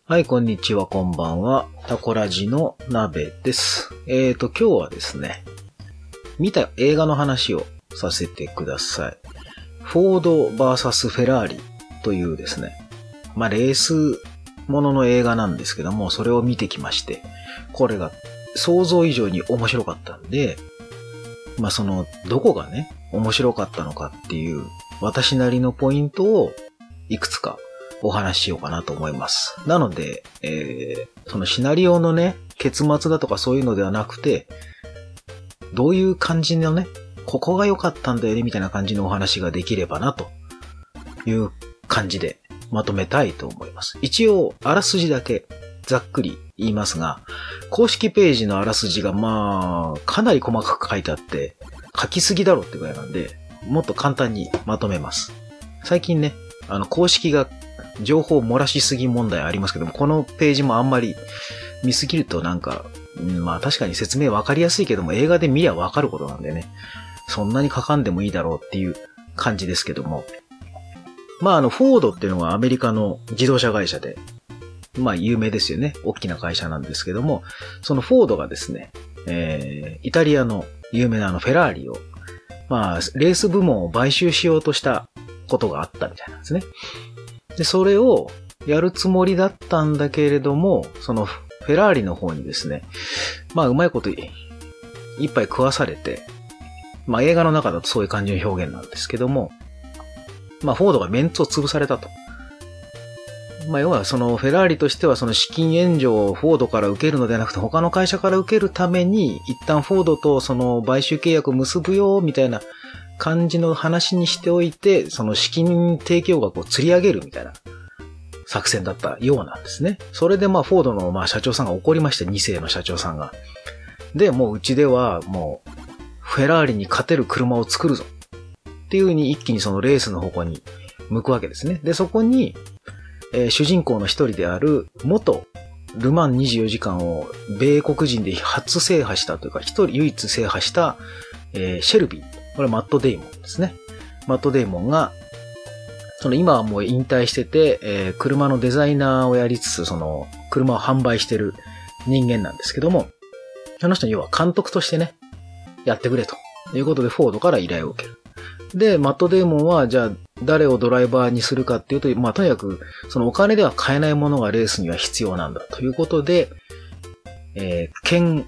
はい、こんにちは、こんばんは。タコラジの鍋です。今日はですね、見た映画の話をさせてください。フォード VS フェラーリというですね、レースものの映画なんですけども、それを見てきまして、これが想像以上に面白かったんで、どこがね、面白かったのかっていう、私なりのポイントをいくつかお話ししようかなと思います。なので、そのシナリオのね、結末だとかそういうのではなくて、どういう感じのね、ここが良かったんだよね、みたいな感じのお話ができればな、という感じでまとめたいと思います。一応、あらすじだけざっくり言いますが、公式ページのあらすじがかなり細かく書いてあって、書きすぎだろってぐらいなんで、もっと簡単にまとめます。最近ね、公式が情報を漏らしすぎ問題ありますけども、このページもあんまり見すぎると確かに説明わかりやすいけども、映画で見りゃわかることなんでね、そんなに書かんでもいいだろうっていう感じですけども。フォードっていうのはアメリカの自動車会社で、有名ですよね。大きな会社なんですけども、そのフォードがですね、イタリアの有名なフェラーリを、レース部門を買収しようとしたことがあったみたいなんですね。で、それをやるつもりだったんだけれども、そのフェラーリの方にですね、うまいこと一杯食わされて、映画の中だとそういう感じの表現なんですけども、フォードがメンツを潰されたと。要はそのフェラーリとしてはその資金援助をフォードから受けるのではなくて他の会社から受けるために一旦フォードとその買収契約を結ぶよみたいな感じの話にしておいて、その資金提供額を釣り上げるみたいな作戦だったようなんですね。それでフォードの社長さんが怒りまして、2世の社長さんが。で、もううちではもうフェラーリに勝てる車を作るぞっていう風に一気にそのレースの方向に向くわけですね。で、そこに主人公の一人である元ルマン24時間を米国人で初制覇したというか唯一制覇した、シェルビー。これはマット・デイモンですね。マット・デイモンが今はもう引退してて、車のデザイナーをやりつつ車を販売してる人間なんですけども、その人に要は監督としてねやってくれということでフォードから依頼を受ける。で、マット・デーモンは、じゃあ、誰をドライバーにするかっていうと、とにかく、お金では買えないものがレースには必要なんだということで、ケン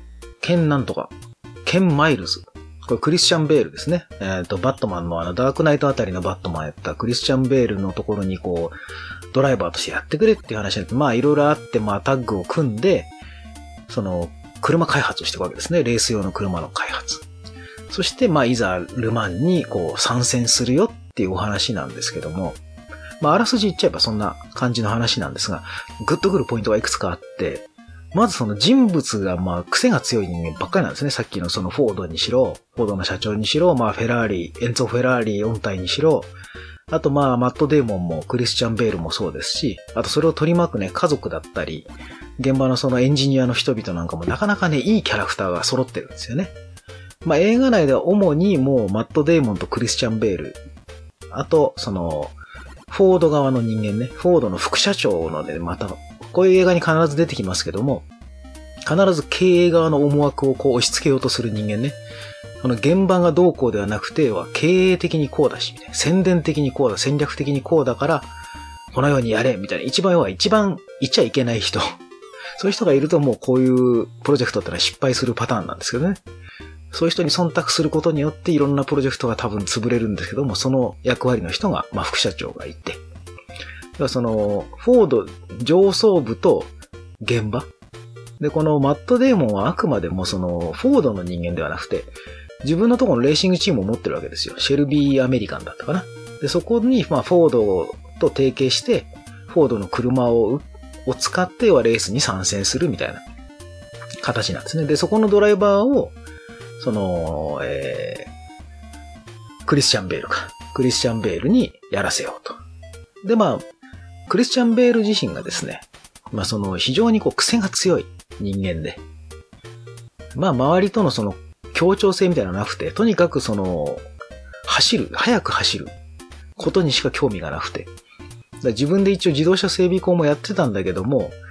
マイルズ。これクリスチャン・ベールですね。バットマンのダークナイトあたりのバットマンやったクリスチャン・ベールのところにドライバーとしてやってくれっていう話になって、いろいろあって、タッグを組んで、車開発をしていくわけですね。レース用の車の開発。そして、いざ、ルマンに、参戦するよっていうお話なんですけども、あらすじ言っちゃえばそんな感じの話なんですが、グッとくるポイントがいくつかあって、まずその人物が、癖が強い人間ばっかりなんですね。さっきのそのフォードにしろ、フォードの社長にしろ、フェラーリ、エンツォ・フェラーリ音体にしろ、あとマット・デーモンもクリスチャン・ベールもそうですし、あとそれを取り巻くね、家族だったり、現場のそのエンジニアの人々なんかもなかなかね、いいキャラクターが揃ってるんですよね。映画内では主にもうマット・デーモンとクリスチャン・ベール、あとフォード側の人間ね、フォードの副社長のね、こういう映画に必ず出てきますけども、必ず経営側の思惑を押し付けようとする人間ね。現場がどうこうではなくて、経営的にこうだし、みたいな。宣伝的にこうだ、戦略的にこうだから、このようにやれ、みたいな。一番言っちゃいけない人。そういう人がいるともうこういうプロジェクトってのは失敗するパターンなんですけどね。そういう人に忖度することによっていろんなプロジェクトが多分潰れるんですけども、その役割の人が、副社長がいて。フォード上層部と現場。で、このマット・デーモンはあくまでもフォードの人間ではなくて、自分のところのレーシングチームを持ってるわけですよ。シェルビー・アメリカンだったかな。で、そこに、フォードと提携して、フォードの車を使ってはレースに参戦するみたいな形なんですね。で、そこのドライバーを、クリスチャン・ベールにやらせようと。で、クリスチャン・ベール自身がですね、非常に癖が強い人間で、周りとの協調性みたいなのがなくて、とにかく速く走ることにしか興味がなくて、自分で一応自動車整備工もやってたんだけども、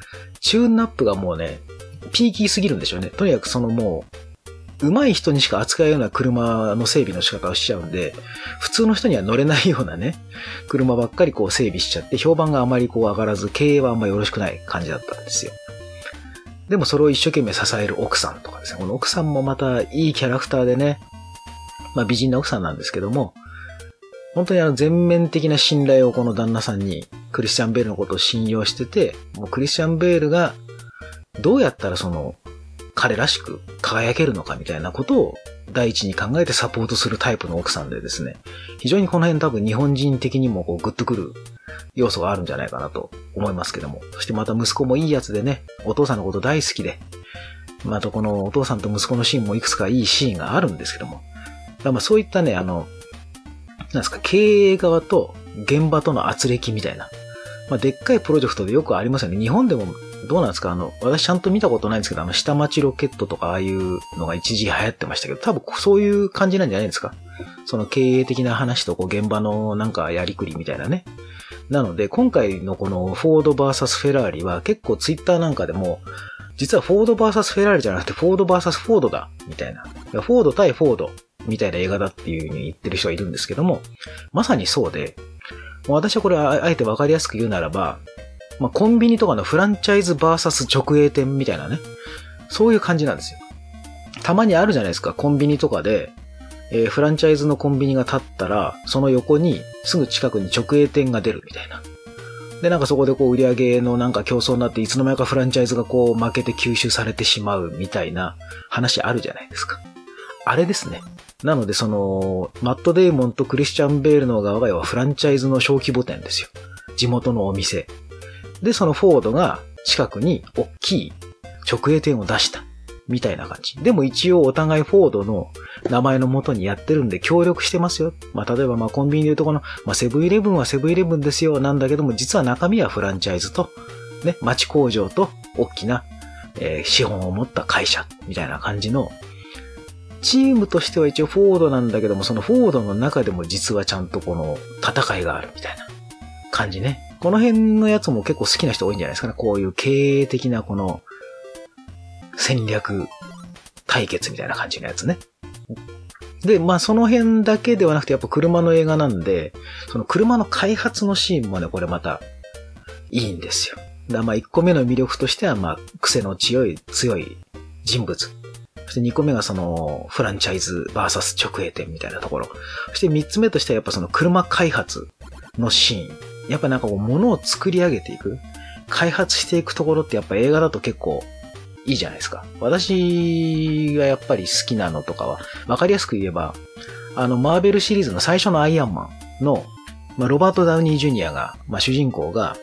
チューンナップがもうね、ピーキーすぎるんでしょうね。とにかくそのもう、上手い人にしか扱うような車の整備の仕方をしちゃうんで、普通の人には乗れないようなね、車ばっかりこう整備しちゃって、評判があまりこう上がらず、経営はあんまりよろしくない感じだったんですよ。でもそれを一生懸命支える奥さんとかですね。この奥さんもまたいいキャラクターでね、まあ美人な奥さんなんですけども、本当に全面的な信頼をこの旦那さんに、クリスチャン・ベールのことを信用してて、もうクリスチャン・ベールがどうやったらその彼らしく輝けるのかみたいなことを第一に考えてサポートするタイプの奥さんでですね、非常にこの辺多分日本人的にもこうグッとくる要素があるんじゃないかなと思いますけども、そしてまた息子もいいやつでね、お父さんのこと大好きで、またこのお父さんと息子のシーンもいくつかいいシーンがあるんですけども、まあそういったね、なんですか、経営側と現場との圧力みたいな、まあでっかいプロジェクトでよくありますよね。日本でもどうなんですか、私ちゃんと見たことないんですけど、下町ロケットとかああいうのが一時流行ってましたけど、多分そういう感じなんじゃないですか。その経営的な話とこう現場のなんかやりくりみたいなね。なので、今回のこのフォード VS フェラーリは結構ツイッターなんかでも、実はフォード VS フェラーリじゃなくてフォード VS フォードだ、みたいな。フォード対フォードみたいな映画だっていう風に言ってる人がいるんですけども、まさにそうで、私はこれあえてわかりやすく言うならば、まあ、コンビニとかのフランチャイズ VS 直営店みたいなね。そういう感じなんですよ。たまにあるじゃないですか、コンビニとかで、フランチャイズのコンビニが建ったら、その横にすぐ近くに直営店が出るみたいな。で、なんかそこでこう売り上げのなんか競争になって、いつの間にかフランチャイズがこう負けて吸収されてしまうみたいな話あるじゃないですか。あれですね。なのでその、マット・デイモンとクリスチャン・ベールの側がフランチャイズの小規模店ですよ。地元のお店。で、そのフォードが近くに大きい直営店を出した。みたいな感じ。でも一応お互いフォードの名前の元にやってるんで協力してますよ。まあ例えばまあコンビニでいうとこの、まあセブンイレブンはセブンイレブンですよなんだけども、実は中身はフランチャイズと、ね、町工場と大きな、資本を持った会社みたいな感じの、チームとしては一応フォードなんだけども、そのフォードの中でも実はちゃんとこの戦いがあるみたいな感じね。この辺のやつも結構好きな人多いんじゃないですかね。こういう経営的なこの戦略対決みたいな感じのやつね。で、まあその辺だけではなくてやっぱ車の映画なんで、その車の開発のシーンもね、これまたいいんですよ。だまあ1個目の魅力としてはまあ癖の強い人物。そして2個目がそのフランチャイズ VS 直営店みたいなところ。そして3つ目としてはやっぱその車開発のシーン。やっぱなんかこう物を作り上げていく。開発していくところってやっぱ映画だと結構いいじゃないですか。私がやっぱり好きなのとかは、わかりやすく言えば、マーベルシリーズの最初のアイアンマンの、まあ、ロバート・ダウニー・ジュニアが、まあ、主人公が、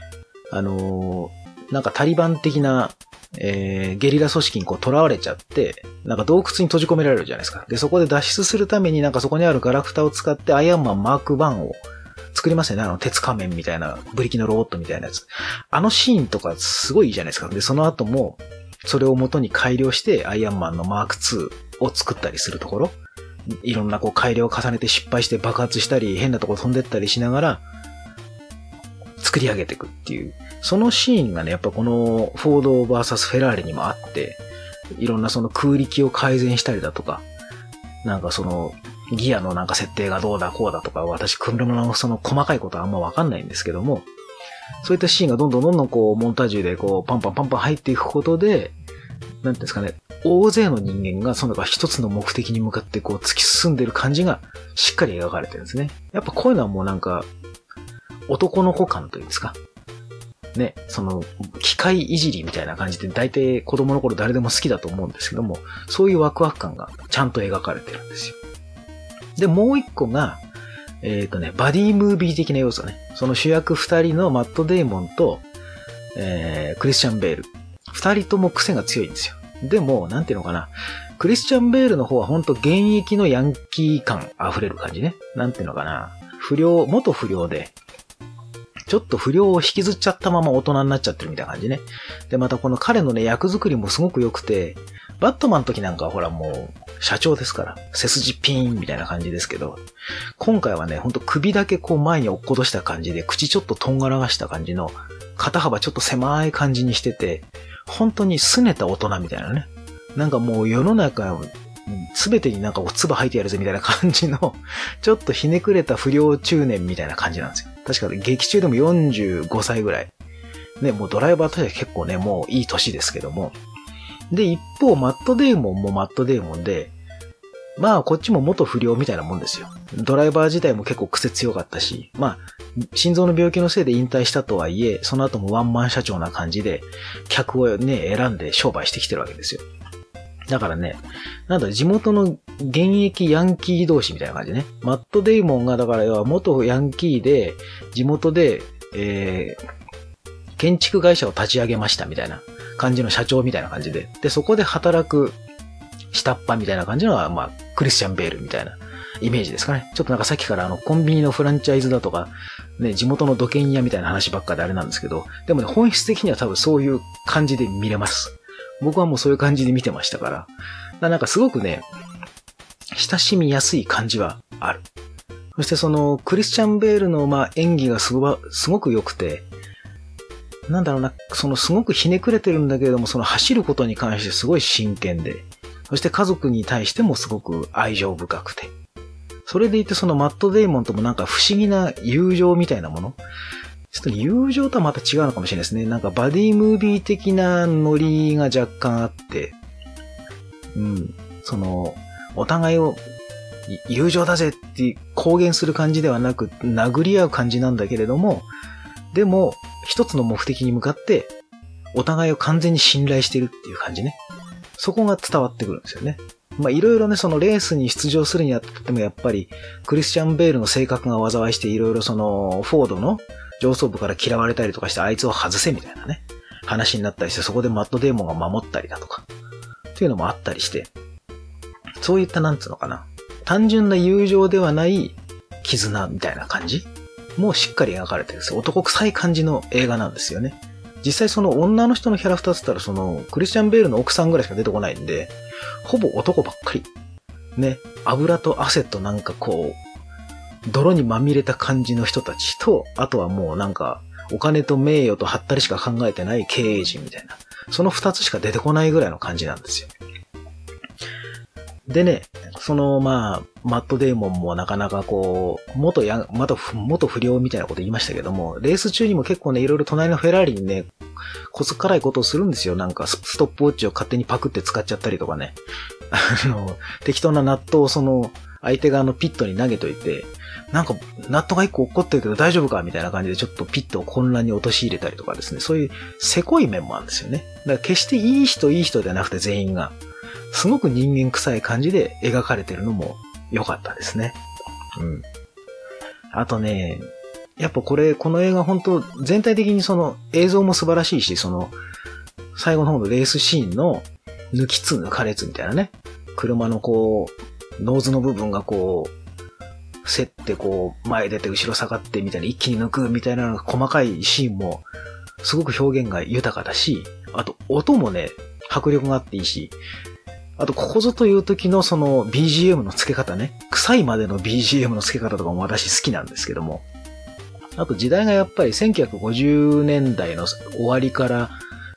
なんかタリバン的な、ゲリラ組織にこう囚われちゃって、なんか洞窟に閉じ込められるじゃないですか。で、そこで脱出するためになんかそこにあるガラクタを使ってアイアンマンマーク1を作りますよね。鉄仮面みたいな、ブリキのロボットみたいなやつ。あのシーンとかすごいいいじゃないですか。で、その後も、それを元に改良してアイアンマンのマーク2を作ったりするところ、いろんなこう改良を重ねて失敗して爆発したり変なところ飛んでったりしながら作り上げていくっていう、そのシーンがね、やっぱこのフォード VS フェラーリにもあって、いろんなその空力を改善したりだとか、なんかそのギアのなんか設定がどうだこうだとか、私車のその細かいことはあんまわかんないんですけども、そういったシーンがどんどんこうモンタージュでこうパンパン入っていくことで、なんていうんですかね、大勢の人間がその一つの目的に向かってこう突き進んでる感じがしっかり描かれてるんですね。やっぱこういうのはもうなんか男の子感というんですか。ね、その機械いじりみたいな感じで大体子供の頃誰でも好きだと思うんですけども、そういうワクワク感がちゃんと描かれてるんですよ。で、もう一個が、バディムービー的な要素ね。その主役二人のマット・デイモンと、クリスチャン・ベール。二人とも癖が強いんですよ。でも、なんていうのかな。クリスチャン・ベールの方はほんと現役のヤンキー感溢れる感じね。なんていうのかな。元不良で、ちょっと不良を引きずっちゃったまま大人になっちゃってるみたいな感じね。で、またこの彼のね、役作りもすごく良くて、バットマンの時なんかはほらもう、社長ですから、背筋ピーンみたいな感じですけど、今回はね、ほんと首だけこう前に落っことした感じで、口ちょっととんがらがした感じの肩幅ちょっと狭い感じにしてて、本当に拗ねた大人みたいなね。なんかもう世の中、すべてになんかお唾吐いてやるぜみたいな感じの、ちょっとひねくれた不良中年みたいな感じなんですよ。確か劇中でも45歳ぐらい。ね、もうドライバーとしては結構ね、もういい年ですけども。で、一方、マットデーモンもマットデーモンで、まあ、こっちも元不良みたいなもんですよ。ドライバー自体も結構癖強かったし、まあ、心臓の病気のせいで引退したとはいえ、その後もワンマン社長な感じで、客をね、選んで商売してきてるわけですよ。だからね、なんだ、地元の現役ヤンキー同士みたいな感じね。マット・デイモンが、だから元ヤンキーで、地元で、建築会社を立ち上げましたみたいな感じの社長みたいな感じで。で、そこで働く下っ端みたいな感じのは、まあ、クリスチャン・ベールみたいなイメージですかね。ちょっとなんかさっきからコンビニのフランチャイズだとか、ね、地元の土建屋みたいな話ばっかであれなんですけど、でもね、本質的には多分そういう感じで見れます。僕はもうそういう感じで見てましたから。なんかすごくね、親しみやすい感じはある。そしてその、クリスチャン・ベールのまあ演技がすごく良くて、なんだろうな、そのすごくひねくれてるんだけれども、その走ることに関してすごい真剣で、そして家族に対してもすごく愛情深くて。それでいてそのマット・デイモンともなんか不思議な友情みたいなもの。ちょっと友情とはまた違うのかもしれないですね。なんかバディムービー的なノリが若干あって、その、お互いを友情だぜって公言する感じではなく、殴り合う感じなんだけれども、でも、一つの目的に向かって、お互いを完全に信頼してるっていう感じね。そこが伝わってくるんですよね。まあいろいろね、そのレースに出場するにあたってもやっぱり、クリスチャン・ベールの性格が災いしていろいろその、フォードの上層部から嫌われたりとかしてあいつを外せみたいなね、話になったりして、そこでマット・デーモンが守ったりだとか、っていうのもあったりして、そういったなんつうのかな、単純な友情ではない絆みたいな感じもしっかり描かれてるんですよ。男臭い感じの映画なんですよね。実際その女の人のキャラクターって言ったらそのクリスチャン・ベールの奥さんぐらいしか出てこないんで、ほぼ男ばっかり。ね、油と汗となんかこう、泥にまみれた感じの人たちと、あとはもうなんか、お金と名誉とハったりしか考えてない経営陣みたいな。その二つしか出てこないぐらいの感じなんですよ。でね、そのまあ、マット・デーモンもなかなかこう、元不良みたいなこと言いましたけども、レース中にも結構ね、いろいろ隣のフェラーリにね、こすっからいことをするんですよ。なんかストップウォッチを勝手にパクって使っちゃったりとかね。適当なナットをその、相手側のピットに投げといて、なんか、ナットが一個落っこってるけど大丈夫かみたいな感じでちょっとピットを混乱に陥れたりとかですね。そういうせこい面もあるんですよね。だから決していい人ではなくて全員が、すごく人間臭い感じで描かれてるのも良かったですね。あとね、やっぱこの映画本当全体的にその映像も素晴らしいし、その、最後の方のレースシーンの抜きつ抜かれつみたいなね。車のこう、ノーズの部分がこう、競ってこう、前出て後ろ下がってみたいな、一気に抜くみたいな細かいシーンも、すごく表現が豊かだし、あと音もね、迫力があっていいし、あとここぞという時のその BGM の付け方ね、臭いまでの BGM の付け方とかも私好きなんですけども、あと時代がやっぱり1950年代の終わりから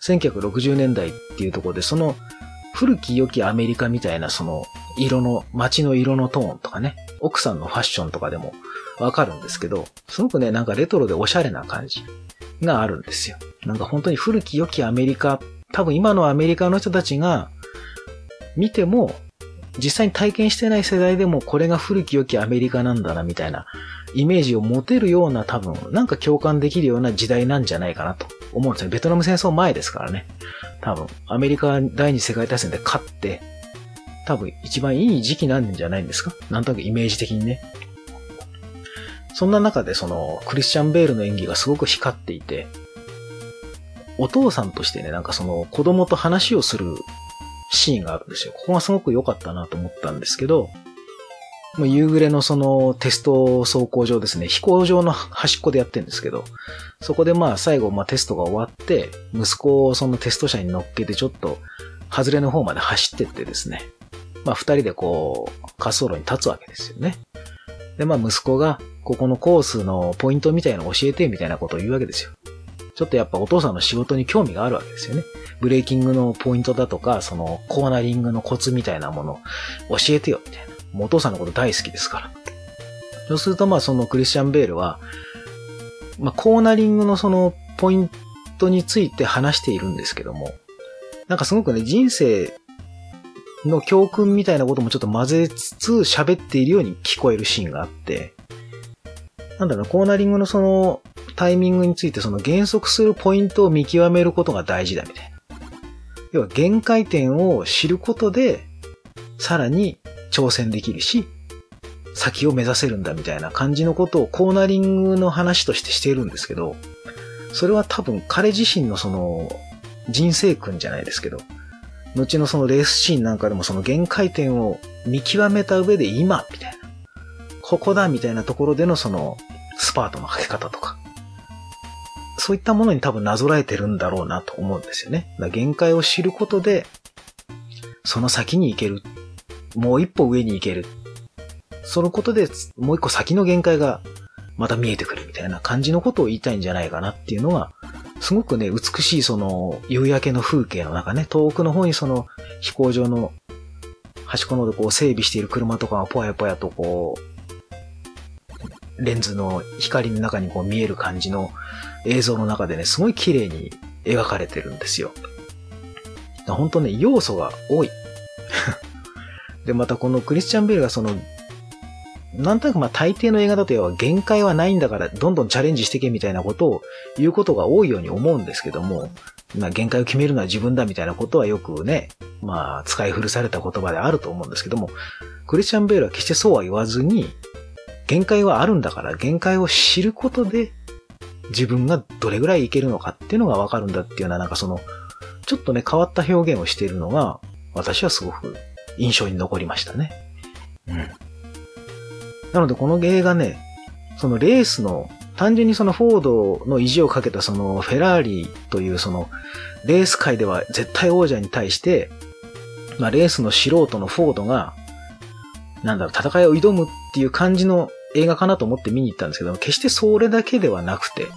1960年代っていうところで、その古き良きアメリカみたいなその色の、街の色のトーンとかね、奥さんのファッションとかでもわかるんですけど、すごくね、なんかレトロでおしゃれな感じがあるんですよ。なんか本当に古き良きアメリカ、多分今のアメリカの人たちが見ても、実際に体験してない世代でもこれが古き良きアメリカなんだなみたいなイメージを持てるような多分なんか共感できるような時代なんじゃないかなと思うんですよ。ベトナム戦争前ですからね。多分アメリカは第二次世界大戦で勝って多分一番いい時期なんじゃないんですか？なんとなくイメージ的にね。そんな中でそのクリスチャン・ベールの演技がすごく光っていて、お父さんとしてね、なんかその子供と話をするシーンがあるんですよ。ここがすごく良かったなと思ったんですけど、もう夕暮れのそのテスト走行場ですね、飛行場の端っこでやってるんですけど、そこでまあ最後テストが終わって、息子をそのテスト車に乗っけてちょっと外れの方まで走ってってですね、まあ二人でこう滑走路に立つわけですよね。でまあ息子がここのコースのポイントみたいなのを教えてみたいなことを言うわけですよ。 ちょっとやっぱお父さんの仕事に興味があるわけですよね。ブレーキングのポイントだとか、そのコーナリングのコツみたいなものを教えてよ、みたいな。もうお父さんのこと大好きですから。そうするとそのクリスチャン・ベールは、コーナリングのそのポイントについて話しているんですけども、なんかすごくね、人生の教訓みたいなこともちょっと混ぜつつ喋っているように聞こえるシーンがあって、コーナリングのそのタイミングについてその減速するポイントを見極めることが大事だみたいな。要は限界点を知ることで、さらに挑戦できるし、先を目指せるんだみたいな感じのことをコーナリングの話としてしているんですけど、それは多分彼自身のその人生訓じゃないですけど、後のそのレースシーンなんかでもその限界点を見極めた上で今みたいな、ここだみたいなところでのそのスパートのかけ方とか、そういったものに多分なぞらえてるんだろうなと思うんですよね。だから限界を知ることで、その先に行ける。もう一歩上に行ける。そのことでもう一個先の限界がまた見えてくるみたいな感じのことを言いたいんじゃないかなっていうのが、すごくね、美しいその夕焼けの風景の中ね、遠くの方にその飛行場の端っこのでこう整備している車とかがぽやぽやとこう、レンズの光の中にこう見える感じの映像の中でね、すごい綺麗に描かれてるんですよ。本当ね、要素が多い。で、またこのクリスチャン・ベールがその、なんとなく大抵の映画だと要は限界はないんだからどんどんチャレンジしてけみたいなことを言うことが多いように思うんですけども、限界を決めるのは自分だみたいなことはよくね、使い古された言葉であると思うんですけども、クリスチャン・ベールは決してそうは言わずに、限界はあるんだから限界を知ることで自分がどれぐらいいけるのかっていうのがわかるんだっていうような、なんかその、ちょっとね、変わった表現をしているのが、私はすごく印象に残りましたね。うん。なのでこの映画ね、そのレースの、単純にそのフォードの意地をかけたそのフェラーリというそのレース界では絶対王者に対して、レースの素人のフォードが、戦いを挑むっていう感じの映画かなと思って見に行ったんですけど、決してそれだけではなくて、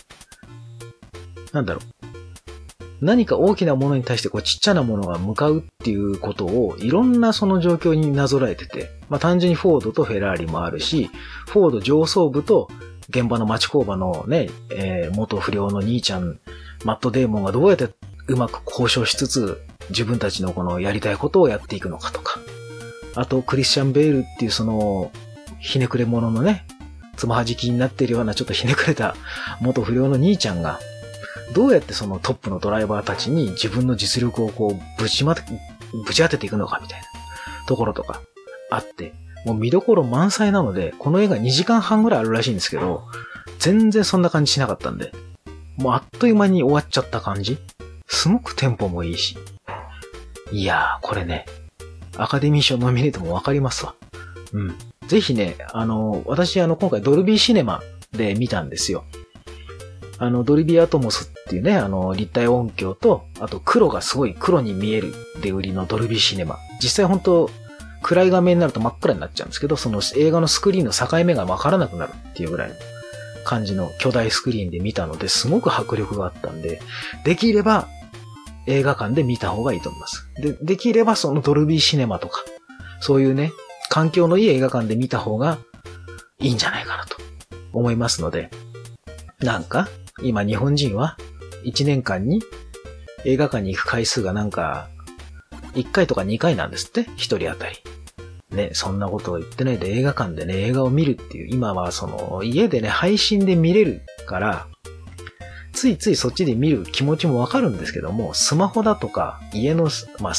何か大きなものに対してこうちっちゃなものが向かうっていうことをいろんなその状況になぞらえてて、単純にフォードとフェラーリもあるし、フォード上層部と現場の町工場のね、元不良の兄ちゃん、マット・デーモンがどうやってうまく交渉しつつ自分たちのこのやりたいことをやっていくのかとか、あとクリスチャン・ベールっていうそのひねくれ者のね、つまはじきになっているようなちょっとひねくれた元不良の兄ちゃんがどうやってそのトップのドライバーたちに自分の実力をこうぶち当てていくのかみたいなところとかあって、もう見どころ満載なので、この映画2時間半ぐらいあるらしいんですけど、全然そんな感じしなかったんで、もうあっという間に終わっちゃった感じ。すごくテンポもいいし。いやー、これね、アカデミー賞ノミネートもわかりますわ。うん。ぜひね、私今回ドルビーシネマで見たんですよ。ドルビーアトモスっていうね、立体音響と、あと黒がすごい黒に見えるで売りのドルビーシネマ。実際本当暗い画面になると真っ暗になっちゃうんですけど、その映画のスクリーンの境目がわからなくなるっていうぐらいの感じの巨大スクリーンで見たので、すごく迫力があったんで、できれば映画館で見た方がいいと思います。できればそのドルビーシネマとか、そういうね、環境のいい映画館で見た方がいいんじゃないかなと思いますので、今日本人は1年間に映画館に行く回数が1回とか2回なんですって、1人当たり。ね、そんなことを言ってないで映画館でね、映画を見るっていう、今はその家でね、配信で見れるから、ついついそっちで見る気持ちもわかるんですけども、スマホだとか、家の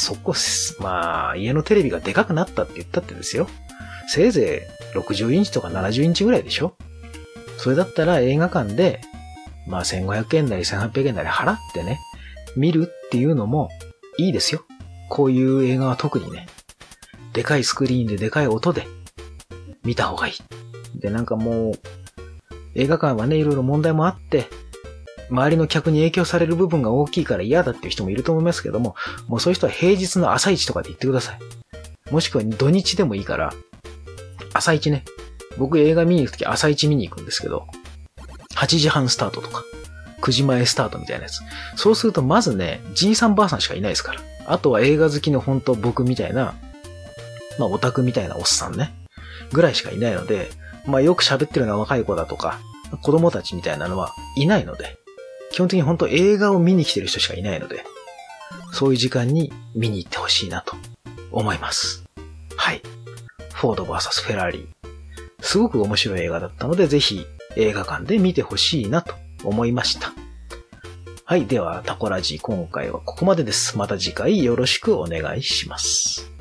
テレビがでかくなったって言ったってですよ。せいぜい60インチとか70インチぐらいでしょ。それだったら映画館で、1500円なり1800円なり払ってね、見るっていうのもいいですよ。こういう映画は特にね、でかいスクリーンででかい音で見た方がいい。で、もう、映画館はね、いろいろ問題もあって、周りの客に影響される部分が大きいから嫌だっていう人もいると思いますけども、もうそういう人は平日の朝一とかで行ってください。もしくは土日でもいいから、朝一ね。僕映画見に行くとき朝一見に行くんですけど、8時半スタートとか、 9時前スタートみたいなやつ。そうするとまずね、じいさんばあさんしかいないですから。あとは映画好きの本当僕みたいな、まあオタクみたいなおっさんね。ぐらいしかいないので、まあよく喋ってるような若い子だとか、子供たちみたいなのはいないので、基本的に本当映画を見に来てる人しかいないので、そういう時間に見に行ってほしいなと思います。はい。フォード VS フェラーリ。すごく面白い映画だったので、ぜひ映画館で見てほしいなと思いました。はい。では、タコラジ今回はここまでです。また次回よろしくお願いします。